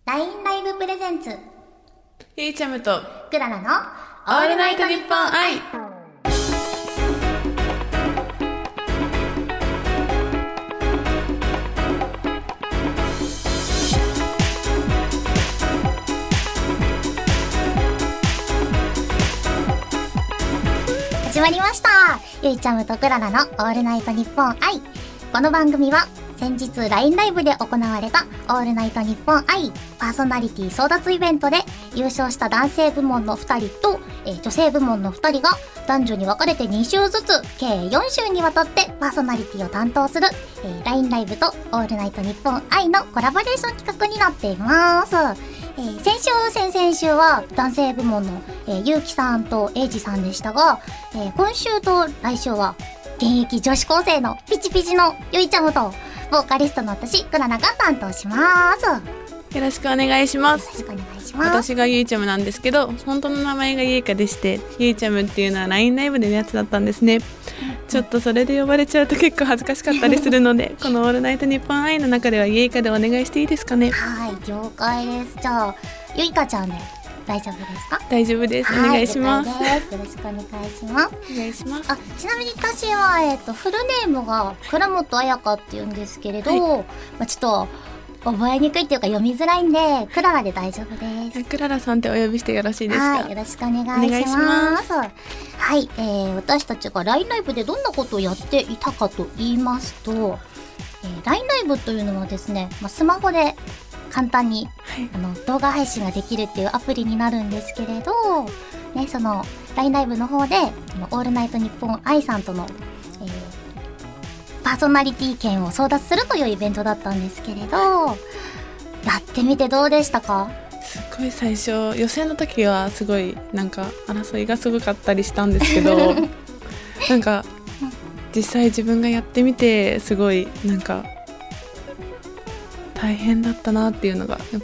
LINE ライブプレゼンツゆいちゃむとクララのオールナイトニッポン愛。 始まりました。ゆいちゃむとクララのオールナイトニッポン愛。この番組は先日 LINE ライブで行われたオールナイトニッポン愛パーソナリティ争奪イベントで優勝した男性部門の2人と、女性部門の2人が男女に分かれて2週ずつ計4週にわたってパーソナリティを担当する、LINE ライブとオールナイトニッポン愛のコラボレーション企画になっています。先週先々週は男性部門の、ゆうきさんとえいじさんでしたが、今週と来週は現役女子高生のピチピチのゆいちゃむとボーカリストの私クララが担当します。 よろしくお願いします。 よろしくお願いします。 私がゆいちゃむなんですけど、本当の名前がゆいかでして、ゆいちゃむっていうのは LINE ライブでのやつだったんですね。ちょっとそれで呼ばれちゃうと結構恥ずかしかったりするのでこのオールナイトニッポン愛の中ではゆいかでお願いしていいですかね。 はい、了解です。じゃあゆいかちゃんで大丈夫ですか？ 大丈夫です。お願いします。 よろしくお願いします。 お願いします。 ちなみに私は、フルネームが倉本彩香って言うんですけれど、ちょっと覚えにくいっていうか読みづらいんでクララで大丈夫です。 クララさんってお呼びしてよろしいですか？ はい、よろしくお願いします。はい、私たちが LINE ライブでどんなことをやっていたかと言いますと、LINE ライブというのはですね、スマホで簡単に、動画配信ができるっていうアプリになるんですけれど、ね、その LINE ライブの方でオールナイトニッポン愛さんとの、パーソナリティ権を争奪するというイベントだったんですけれど、やってみてどうでしたか？ すごい最初予選の時はすごいなんか争いがすごかったりしたんですけどなんか実際自分がやってみてすごいなんか大変だったなっていうのがやっぱ、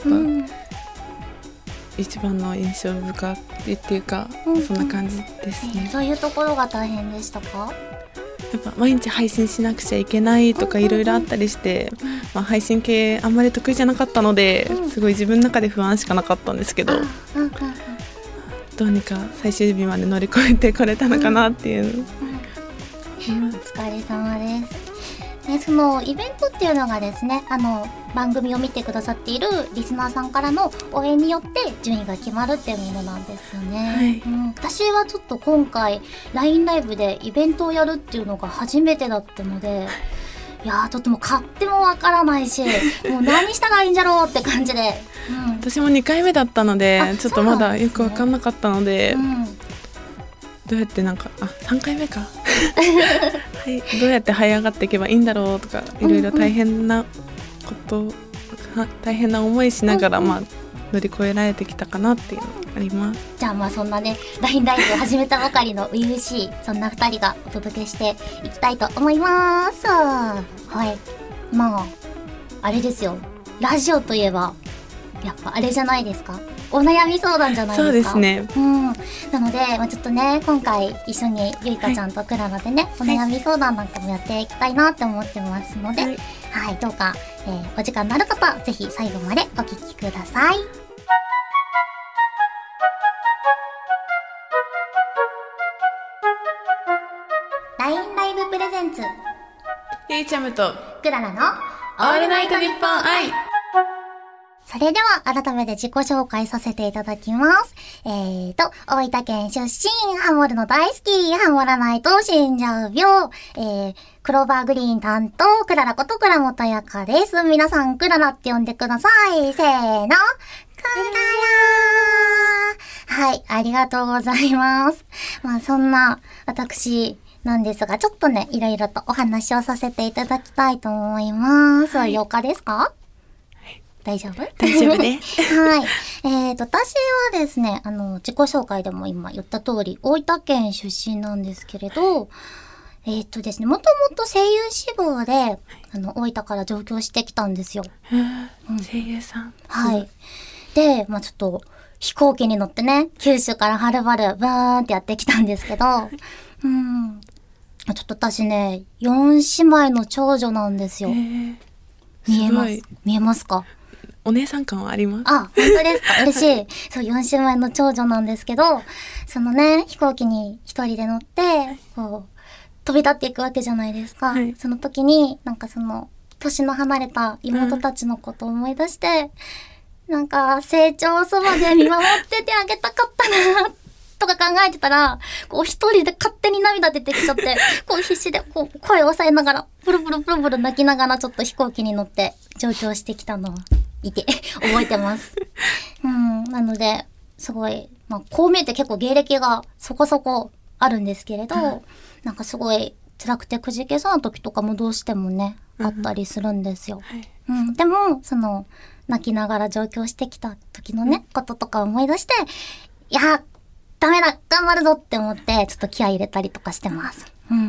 一番の印象深いっていうか、そんな感じですね。 そういうところが大変でしたか？ やっぱ毎日配信しなくちゃいけないとかいろいろあったりして、配信系あんまり得意じゃなかったので、すごい自分の中で不安しかなかったんですけど、どうにか最終日まで乗り越えてこれたのかなっていう、 お疲れ様です。そのイベントっていうのがですね、番組を見てくださっているリスナーさんからの応援によって順位が決まるっていうものなんですよね。私はちょっと今回 LINE ライブでイベントをやるっていうのが初めてだったので、いやーちょっともう勝手もわからないしもう何したらいいんじゃろうって感じで、 私も2回目だったのでちょっとまだよくわかんなかったので、どうやって3回目かはい、どうやって這い上がっていけばいいんだろうとかいろいろ大変な思いしながら、乗り越えられてきたかなっていうのがあります。 じゃあそんなね LINE ライブを始めたばかりの初々しいそんな2人がお届けしていきたいと思います。はい、あれですよ、ラジオといえばやっぱあれじゃないですか、お悩み相談じゃないですか。 そうですね。 なので、ちょっとね今回一緒にゆいかちゃんとクララでね、お悩み相談なんかもやっていきたいなって思ってますので、どうか、お時間のある方ぜひ最後までお聞きください。LINE ライブプレゼンツゆいちゃむとクララのオールナイトニッポン愛。 それでは改めて自己紹介させていただきます。大分県出身、ハモるの大好き、ハモらないと死んじゃう病、クローバーグリーン担当、クララこと倉本彩香です。皆さんクララって呼んでください。せーの、クララ。はい、ありがとうございます。そんな私なんですが、ちょっとね、いろいろとお話をさせていただきたいと思います。了解ですか？大丈夫？ 大丈夫です。 はい。私はですね、自己紹介でも今言った通り、大分県出身なんですけれど、ですね、もともと声優志望で、大分から上京してきたんですよ。 声優さん。 はい。で、ちょっと、飛行機に乗ってね、九州からはるばる、バーンってやってきたんですけど、ちょっと私ね、4姉妹の長女なんですよ。見えますか？ お姉さん感はあります。 あ、本当ですか。嬉しい。そう、4姉妹の長女なんですけど、そのね、飛行機に一人で乗って、こう、飛び立っていくわけじゃないですか。その時に、なんかその、年の離れた妹たちのことを思い出して、なんか、成長をそばで見守っててあげたかったな、とか考えてたら、こう一人で勝手に涙出てきちゃって、こう必死でこう声を抑えながら、ブルブルブルブル泣きながらちょっと飛行機に乗って上京してきたのをいて、覚えてます。なので、すごい、まあ、こう見えて結構芸歴がそこそこあるんですけれど、なんかすごい辛くてくじけそうな時とかもどうしてもね、あったりするんですよ。でも、その、泣きながら上京してきた時のね、こととか思い出して、いや、ダメだ頑張るぞって思って、ちょっと気合い入れたりとかしてます。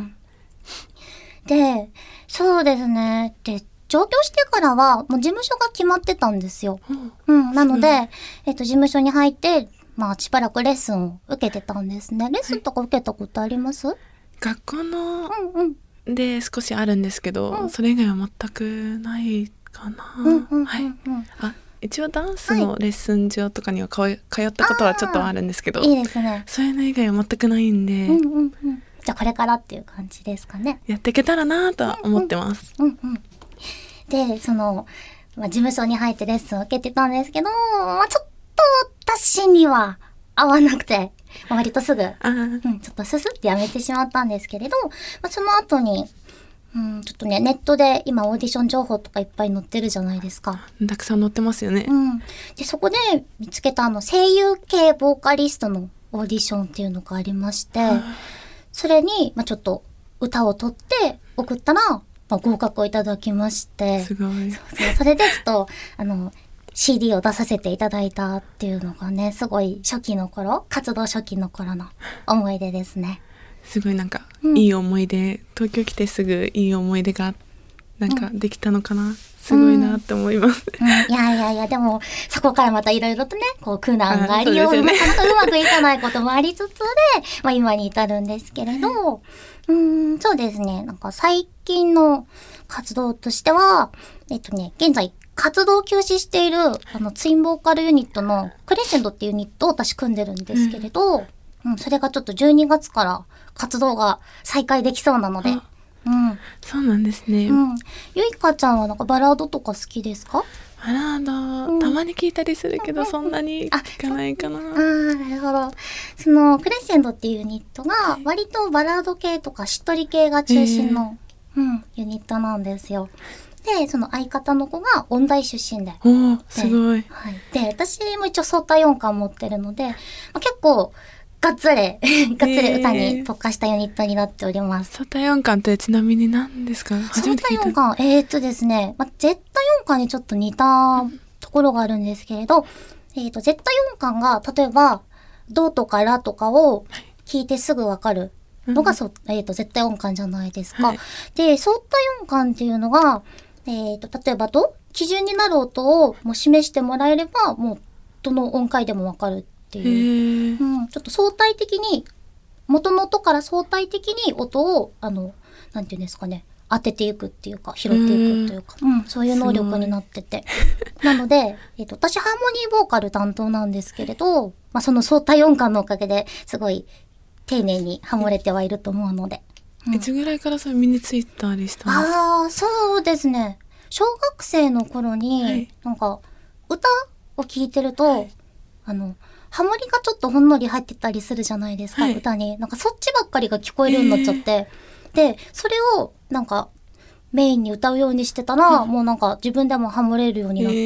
で、そうですね。で、上京してからは、もう事務所が決まってたんですよ。なので、事務所に入って、まあ、しばらくレッスンを受けてたんですね。レッスンとか受けたことあります？ 学校の、で少しあるんですけど、それ以外は全くないかな。あ、一応ダンスのレッスン場とかには通ったことはちょっとあるんですけど、 いいですね。 そういうの以外は全くないんで、 じゃあこれからっていう感じですかね。 やっていけたらなとは思ってます。 で、その、まあ、事務所に入ってレッスンを受けてたんですけど、まあ、ちょっと私には合わなくて、割とすぐ、ちょっとススってやめてしまったんですけれど、まあ、その後に、ちょっとね、ネットで今オーディション情報とかいっぱい載ってるじゃないですか。 たくさん載ってますよね。 で、そこで見つけた声優系ボーカリストのオーディションっていうのがありまして、それに、まあ、ちょっと歌を取って送ったら、まあ、合格をいただきまして。 すごい。 それでちょっと、CD を出させていただいたっていうのがね、すごい初期の頃、活動初期の頃の思い出ですね。 すごいなんか、いい思い出、東京来てすぐいい思い出がなんかできたのかな、すごいなって思います。 いや、でも、そこからまたいろいろとね、こう苦難がありよう、なかなかうまくいかないこともありつつで、まあ今に至るんですけれど、そうですね、なんか最近の活動としては、現在、活動休止している、ツインボーカルユニットのクレッシェンドっていうユニットを私組んでるんですけれど、それがちょっと12月から活動が再開できそうなので。 そうなんですね。 ゆいかちゃんはなんかバラードとか好きですか？ バラード、たまに聞いたりするけど、そんなに聞かないかな。 なるほど。そのクレッシェンドっていうユニットが割とバラード系とかしっとり系が中心の、ユニットなんですよ。で、その相方の子が音大出身で。 すごい。 で、私も一応相対音感持ってるので、結構、がっつり歌に特化したユニットになっております。 相対音感ってちなみに何ですか？ 相対音感、ですね、絶対音感にちょっと似たところがあるんですけれど、絶対音感が、例えば、ドとかラとかを聞いてすぐわかるのが、絶対音感じゃないですか。で、相対音感っていうのが、例えば基準になる音をもう示してもらえれば、もう、どの音階でもわかるっていう。ちょっと相対的に、元の音から相対的に音を、なんていうんですかね、当てていくっていうか、拾っていくというか、そういう能力になってて。なので、私ハーモニーボーカル担当なんですけれど、その相対音感のおかげですごい丁寧にハモれてはいると思うので。 いつぐらいからそれ身についたりしたんですか？ そうですね。小学生の頃に、なんか、歌を聴いてると、ハモリがちょっとほんのり入ってたりするじゃないですか、歌に。なんかそっちばっかりが聞こえるようになっちゃって。で、それをなんかメインに歌うようにしてたら、もうなんか自分でもハモれるようになって。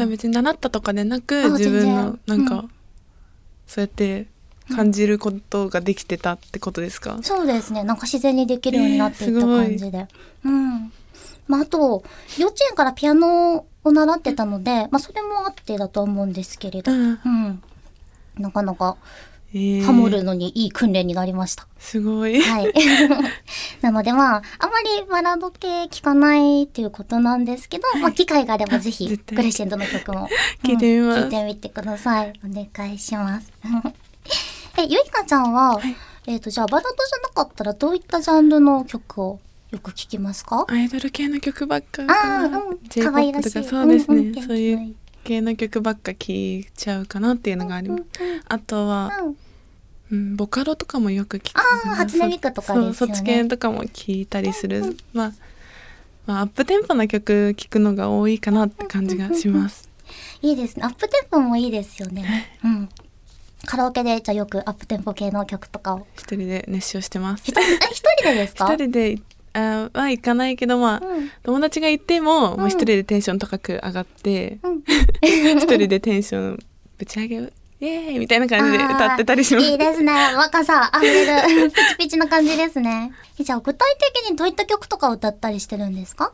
別に習ったとかでなく、自分のなんか、そうやって感じることができてたってことですか？ そうですね。なんか自然にできるようになっていった感じで。あと、幼稚園からピアノを習ってたので、それもあってだと思うんですけれど、なかなか、ハモるのにいい訓練になりました。 すごい。 なのであまりバラード系聞かないっていうことなんですけど、機会があればぜひ、クレッシェンドの曲も、 聞いてみます。 聞いてみてください。お願いします。ゆいかちゃんは、じゃあバラードじゃなかったらどういったジャンルの曲をよく聞きますか？ アイドル系の曲ばっかあー、うん、可愛ら J-POP しい。 とかそうですね、 んんそういう系の曲ばっか聴いちゃうかなっていうのがあります。あとは、ボカロとかもよく聞く。 初音ミクとかですよね。 そっち系とかも聞いたりする。まあアップテンポな曲聞くのが多いかなって感じがします。 いいですね。アップテンポもいいですよね。うん。カラオケでじゃあよくアップテンポ系の曲とかを一人で熱唱してます。 一人でですか？ 一人では行かないけど、友達がいても、もう一人でテンション高く上がって、一人でテンションぶち上げイエーイみたいな感じで歌ってたりします。 いいですね。若さあふれるピチピチな感じですね。じゃあ具体的にどういった曲とか歌ったりしてるんですか？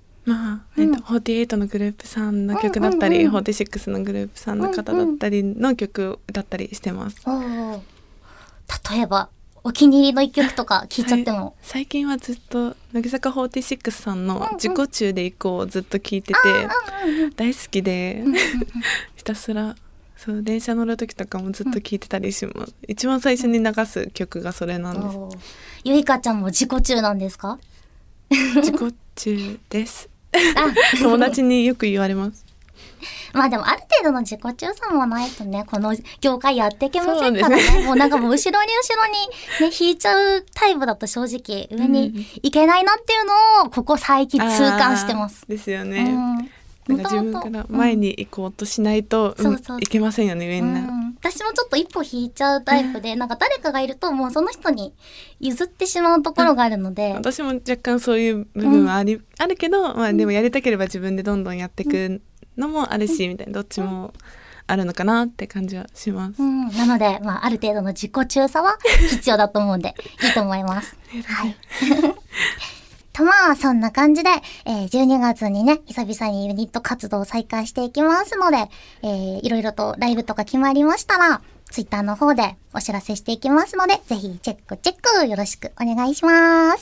48のグループさんの曲だったり、46のグループさんの方だったりの曲を歌ったりしてます。 例えばお気に入りの一曲とか聞いちゃっても。 最近はずっと乃木坂46さんの自己中で行こうをずっと聞いてて、大好きでひたすらそう電車乗る時とかもずっと聞いてたりします。一番最初に流す曲がそれなんです。 ゆいかちゃんも自己中なんですか？ 自己中です友達によく言われます。 まあでもある程度の自己中さもないとね、この業界やっていけませんからね。もうなんかもう後ろにね、引いちゃうタイプだと正直上に行けないなっていうのをここ最近痛感してます。 ですよね。なんか自分から前に行こうとしないといけませんよね、みんな。 私もちょっと一歩引いちゃうタイプで、なんか誰かがいるともうその人に譲ってしまうところがあるので。 私も若干そういう部分はあるけど、でもやりたければ自分でどんどんやっていくのもあるし、みたいなどっちもあるのかなって感じはします。 なので、ある程度の自己中さは必要だと思うんでいいと思います。はい。とそんな感じで、12月にね、久々にユニット活動を再開していきますので、いろいろとライブとか決まりましたら、ツイッターの方でお知らせしていきますので、ぜひチェックよろしくお願いします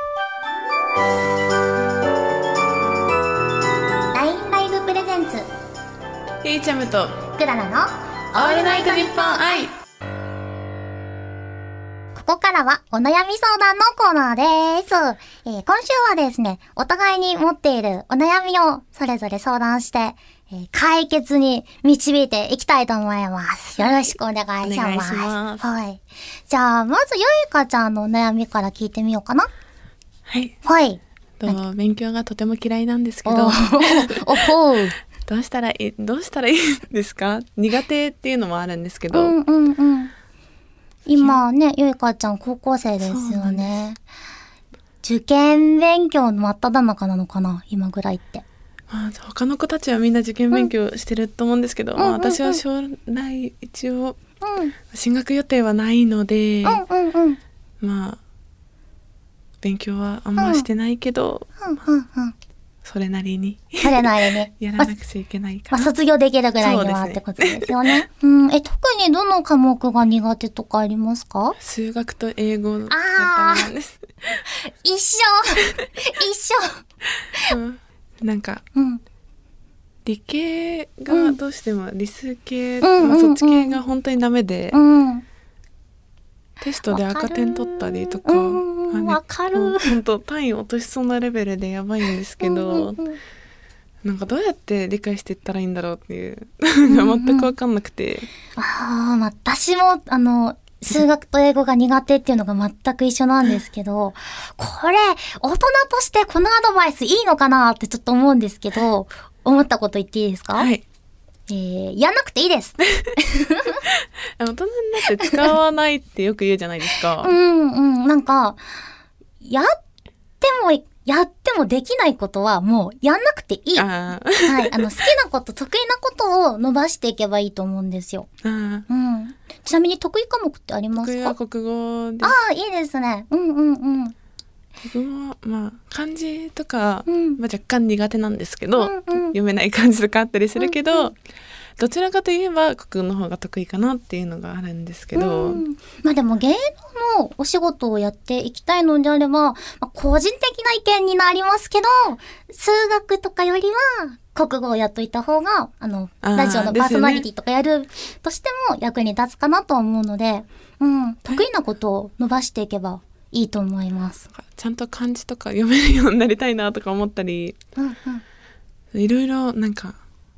。LINE ライブプレゼンツ。 ひーちゃむとクララのオールナイトニッポン愛。 ここからはお悩み相談のコーナーです。今週はですね、お互いに持っているお悩みをそれぞれ相談して、解決に導いていきたいと思います。よろしくお願いします。はい。じゃあ、まずゆいかちゃんのお悩みから聞いてみようかな。 はい。 はい。 勉強がとても嫌いなんですけど、どうしたらいいですか？苦手っていうのもあるんですけど。 今ね、ゆいかちゃん高校生ですよね。受験勉強の真っ只中なのかな、今ぐらいって。 他の子たちはみんな受験勉強してると思うんですけど、私は将来一応進学予定はないので、勉強はあんましてないけど、それなりにやらなくちゃいけないから、 卒業できるぐらいにはってことですよね。特にどの科目が苦手とかありますか？ 数学と英語がダメなんです。 一緒なんか、理系がどうしても理数系、そっち系が本当にダメで、テストで赤点取ったりとか、 わかる。 本当単位落としそうなレベルでやばいんですけど、なんかどうやって理解していったらいいんだろうっていうのが全く分かんなくて。 私も数学と英語が苦手っていうのが全く一緒なんですけど、これ大人としてこのアドバイスいいのかなってちょっと思うんですけど、思ったこと言っていいですか？ はい。 やんなくていいです。 大人になって使わないってよく言うじゃないですか。 なんかやってもできないことはもうやんなくていい。はい。好きなこと、得意なことを伸ばしていけばいいと思うんですよ。ちなみに得意科目ってありますか？ 得意は国語です。 いいですね。 国語は漢字とか、若干苦手なんですけど、読めない漢字とかあったりするけど、どちらかといえば国語の方が得意かなっていうのがあるんですけど、 でも芸能のお仕事をやっていきたいのであれば、個人的な意見になりますけど、数学とかよりは国語をやっといた方がラジオのパーソナリティとかやるとしても役に立つかなと思うので、得意なことを伸ばしていけばいいと思います。 ちゃんと漢字とか読めるようになりたいなとか思ったり、いろいろなんか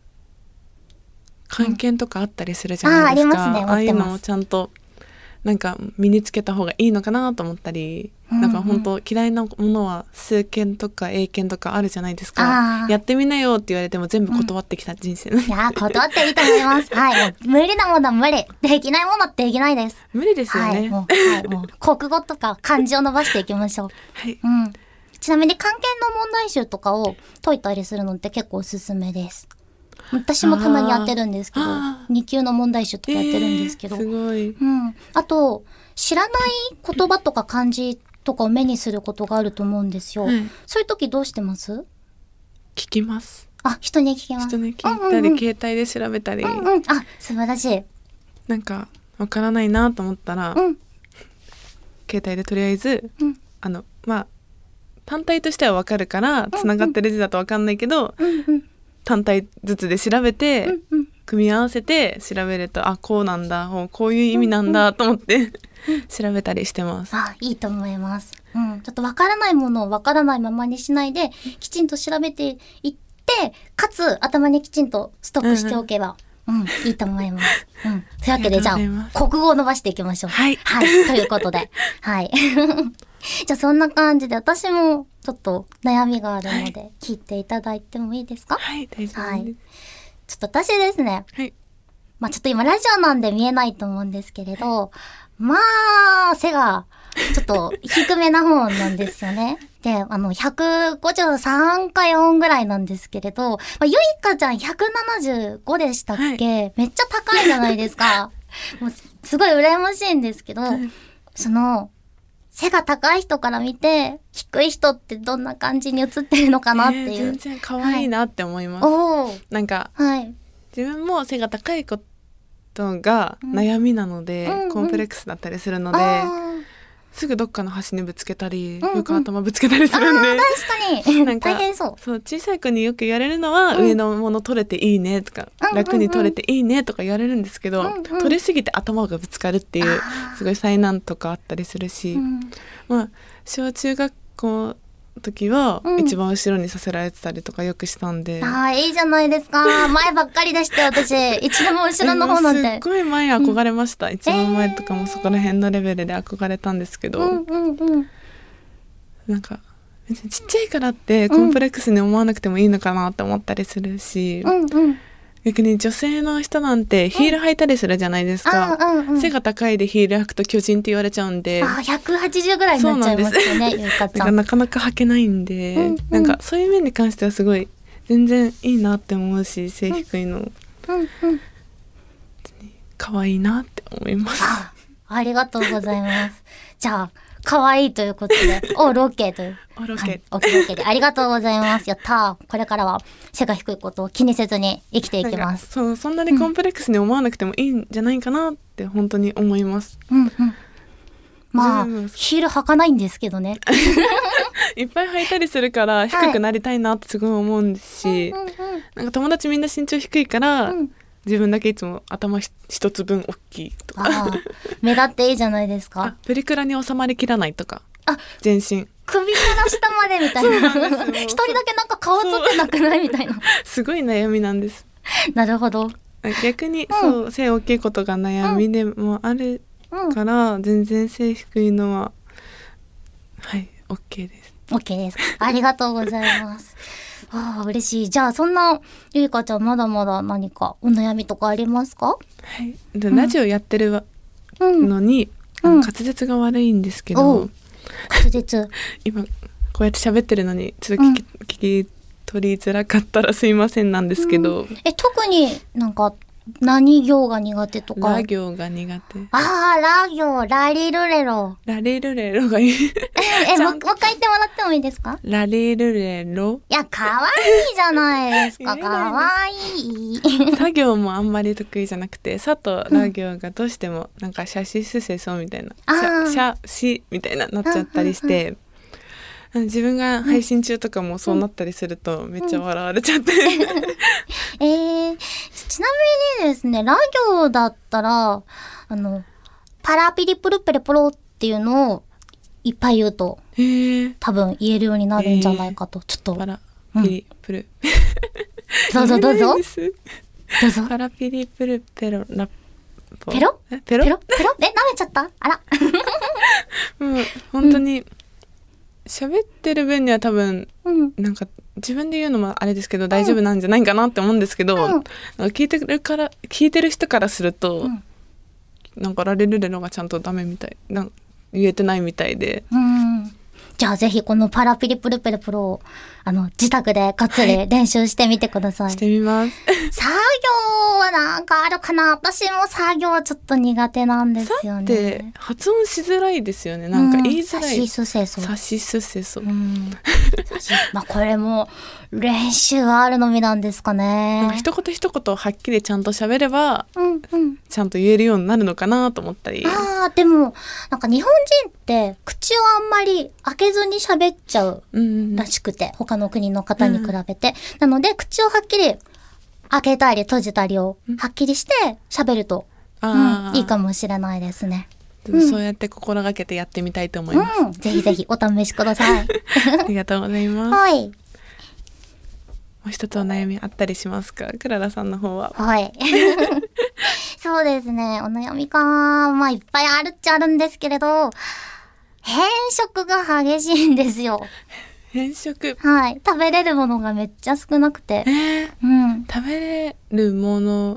漢検とかあったりするじゃないですか。ああいうのをちゃんとなんか身につけた方がいいのかなと思ったり、なんか本当嫌いなものは数検とか英検とかあるじゃないですか。やってみなよって言われても全部断ってきた人生、 いや断っていいと思います。はい、無理なものは無理、できないものってできないです。 無理ですよね。 もう国語とか漢字を伸ばしていきましょう。 はい。 ちなみに漢検の問題集とかを解いたりするのって結構おすすめです。私もたまにやってるんですけど、2級の問題集とかやってるんですけど、 すごい。 あと知らない言葉とか漢字とかを目にすることがあると思うんですよ。そういう時どうしてます？ 聞きます。 人に聞きます。 人に聞いたり、携帯で調べたり。 素晴らしい。 なんかわからないなと思ったら、携帯でとりあえず、単体としてはわかるからつながってる字だとわかんないけど、単体ずつで調べて、組み合わせて調べるとこうなんだ、こういう意味なんだと思って調べたりしてます。 いいと思います。ちょっとわからないものをわからないままにしないできちんと調べていって、かつ頭にきちんとストックしておけば、いいと思います。というわけでじゃあ国語を伸ばしていきましょう。はい、ということでじゃあそんな感じで私もちょっと悩みがあるので聞いていただいてもいいですか？ はい、大丈夫です。 ちょっと私ですね。ちょっと今ラジオなんで見えないと思うんですけれど、背がちょっと低めな方なんですよね。で、153か4ぐらいなんですけれど、ゆいかちゃん175でしたっけ？めっちゃ高いじゃないですか。もうすごい羨ましいんですけど、背が高い人から見て低い人ってどんな感じに映ってるのかなっていう。 全然可愛いなって思います。なんか、自分も背が高いことが悩みなので、コンプレックスだったりするので、すぐどっかの端にぶつけたり、よく頭ぶつけたりするんで、 確かになんか大変そう。 小さい子によく言われるのは、上のもの取れていいねとか、楽に取れていいねとか言われるんですけど、取れすぎて頭がぶつかるっていうすごい災難とかあったりするし、小中学校の時は一番後ろにさせられてたりとかよくしたんで、 いいじゃないですか。前ばっかりでしたよ私。一度も後ろの方なんて。 すっごい前憧れました。一番前とかもそこら辺のレベルで憧れたんですけど、なんか別にちっちゃいからってコンプレックスに思わなくてもいいのかなって思ったりするし、逆に女性の人なんてヒール履いたりするじゃないですか。背が高いでヒール履くと巨人って言われちゃうんで、 180ぐらいになっちゃいますよね、ゆいかちゃん。 なかなか履けないんで、なんかそういう面に関してはすごい全然いいなって思うし、背低いの可愛いなって思います。 ありがとうございます。じゃあ可愛いということでオールオッケーという。 オールオッケー。 オッケーオッケーでありがとうございます。やったー。これからは背が低いことを気にせずに生きていきます。 そんなにコンプレックスに思わなくてもいいんじゃないかなって本当に思います。 ヒール履かないんですけどね。 いっぱい履いたりするから低くなりたいなってすごい思うんですし、なんか友達みんな身長低いから、自分だけいつも頭一つ分大きいとか。 目立っていいじゃないですか。 プリクラに収まりきらないとか。全身首から下までみたいな。一人だけなんか顔つってなくないみたいな。 すごい悩みなんです。 なるほど。 逆に背大きいことが悩みでもあるから、全然背低いのはOK です。 OK です。ありがとうございます。嬉しい。じゃあそんなゆいかちゃんまだまだ何かお悩みとかありますか？ ラジオやってるのに、滑舌が悪いんですけど、 滑舌今こうやって喋ってるのにちょっと聞き取りづらかったらすいませんなんですけど、 特になんか何行が苦手とか？ ラ行が苦手。 ラ行、ラリルレロ。 ラリルレロがいい。 もう一回言ってもらってもいいですか？ ラリルレロ。 いや、かわいいじゃないですか。かわいい。 作業もあんまり得意じゃなくて、さとラ行がどうしてもなんかシャシスセソみたいな、シャシみたいななっちゃったりして、自分が配信中とかもそうなったりするとめっちゃ笑われちゃって。 ちなみにですね、ラ行だったらパラピリプルペレプロっていうのをいっぱい言うと多分言えるようになるんじゃないかと、ちょっとパラピリプル、 どうぞどうぞどうぞ。 パラピリプルペロラポペロペロペロペロ舐めちゃった。あらもう本当に喋ってる分には多分なんか自分で言うのもあれですけど大丈夫なんじゃないかなって思うんですけど、なんか聞いてる人からすると、なんかラレルレロがちゃんとダメみたい、なんか言えてないみたいで、 じゃあぜひこのパラピリプルペルプロを自宅でがっつり練習してみてください。 してみます。 作業はなんかあるかな。私も作業はちょっと苦手なんですよね。 だって発音しづらいですよね。なんか言いづらい。 さしすせそ。 さしすせそ。 まあこれも練習はあるのみなんですかね。 一言一言はっきりちゃんと喋れば、ちゃんと言えるようになるのかなと思ったり。 でもなんか日本人って口をあんまり開けずに喋っちゃうらしくて、他の国の方に比べて、なので口をはっきり開けたり閉じたりをはっきりして喋ると、いいかもしれないですね。 そうやって心がけてやってみたいと思います。 ぜひぜひお試しください。 ありがとうございます。 はい。もう一つお悩みあったりしますか、クララさんの方は。 はい。そうですね。お悩みか。まあいっぱいあるっちゃあるんですけれど、変色が激しいんですよ。 変色。 はい。食べれるものがめっちゃ少なくて。 食べれるもの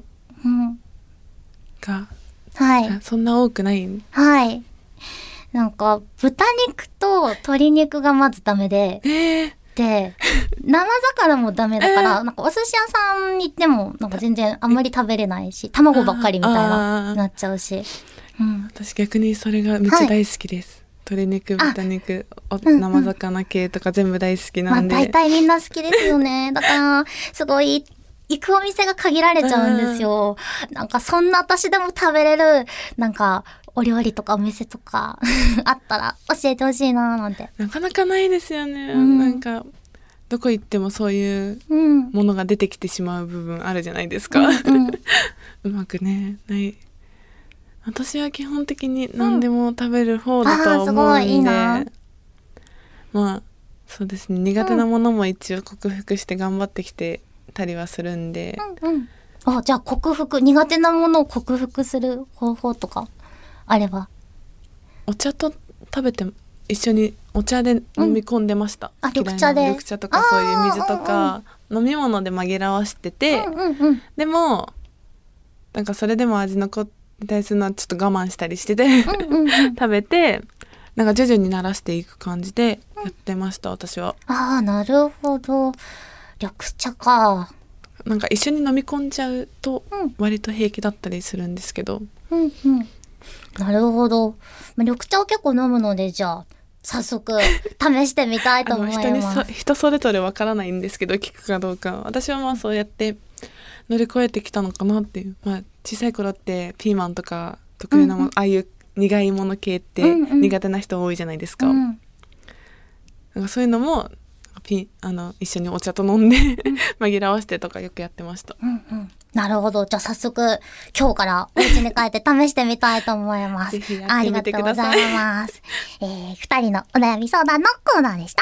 が、そんな多くない。 はい。なんか豚肉と鶏肉がまずダメで、で生魚もダメだから、なんかお寿司屋さんに行ってもなんか全然あんまり食べれないし、卵ばっかりみたいなっちゃうし。 私逆にそれがめっちゃ大好きです。鶏肉、豚肉、生魚系とか全部大好きなんで。 大体みんな好きですよね。だからすごい行くお店が限られちゃうんですよ。なんかそんな私でも食べれるなんかお料理とかお店とかあったら教えてほしいななんて。 なかなかないですよね。なんかどこ行ってもそういうものが出てきてしまう部分あるじゃないですか。うまくねない。私は基本的に何でも食べる方だと思うんで、まあそうですね、苦手なものも一応克服して頑張ってきてたりはするんで。 じゃあ苦手なものを克服する方法とかあれば。 お茶と食べて一緒にお茶で飲み込んでました。 緑茶で。 緑茶とかそういう水とか飲み物で紛らわしてて、でもなんかそれでも味の子に対するのはちょっと我慢したりしてて食べて、なんか徐々に慣らしていく感じでやってました、私は。 なるほど。緑茶か。 なんか一緒に飲み込んじゃうと割と平気だったりするんですけど。 なるほど。緑茶を結構飲むので、じゃあ早速試してみたいと思います。 人それぞれわからないんですけど、効くかどうか。私はまあそうやって乗り越えてきたのかなっていう。小さい頃ってピーマンとか得意なもの、ああいう苦いもの系って苦手な人多いじゃないですか。なんかそういうのも一緒にお茶と飲んで紛らわしてとかよくやってました。 なるほど。じゃあ早速今日からお家に帰って試してみたいと思います。 ぜひやってみてください。 ありがとうございます。2人のお悩み相談のコーナーでした。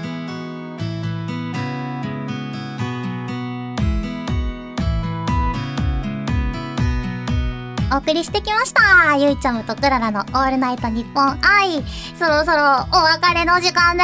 お送りしてきました。ゆいちゃむとクララのオールナイトニッポン愛。そろそろお別れの時間です。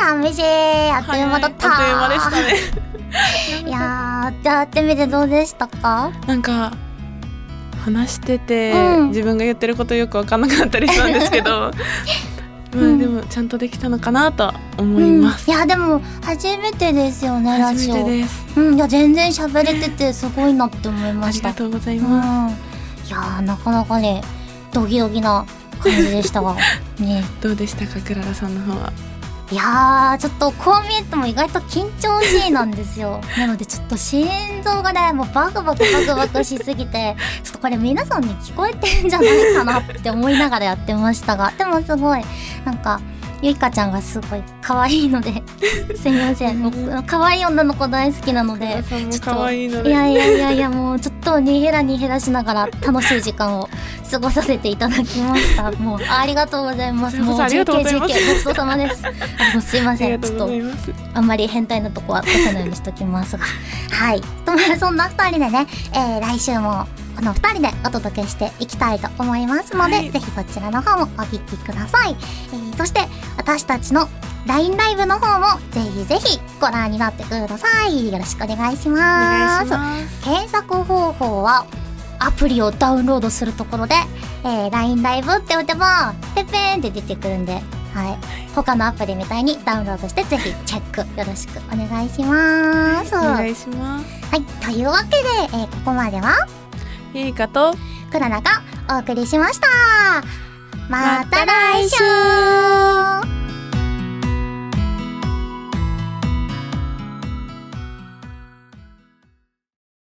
寂しい。あっという間だった。 あっという間でしたね。 いやー、やってみてどうでしたか？ なんか話してて、自分が言ってることよく分かんなかったりしたんですけどでもちゃんとできたのかなと思います。 いやでも初めてですよね、ラジオ。 初めてです。 いや全然喋れててすごいなって思いました。 ありがとうございます。 いやーなかなかねドキドキな感じでしたがね。 どうでしたか、クララさんの方は？ いやーちょっとこう見えても意外と緊張しいなんですよ。なのでちょっと心臓がねもうバクバクしすぎてちょっとこれ皆さんに聞こえてんじゃないかなって思いながらやってましたが、でもすごいなんかゆいかちゃんがすごい可愛いのですみません、僕可愛い女の子大好きなので、 可愛いのでいやもうちょっとにヘラにヘラしながら楽しい時間を過ごさせていただきました。もうありがとうございます。もうありがとうございます。 ごちそうさまです。もうすいません、ちょっとあんまり変態なとこは出さないようにしときますが、はい。とそんな2人でね、来週もこの2人でお届けしていきたいと思いますので、はい、ぜひそちらの方もお聞きください。そして私たちの LINE ライブの方もぜひぜひご覧になってください。よろしくお願いします。検索方法はアプリをダウンロードするところで、LINE ライブって打てばペペーンって出てくるんで、はい、他のアプリみたいにダウンロードしてぜひチェックよろしくお願いします。 お願いします。 はい、というわけで、ここまではゆいかとクララがお送りしました。また来週。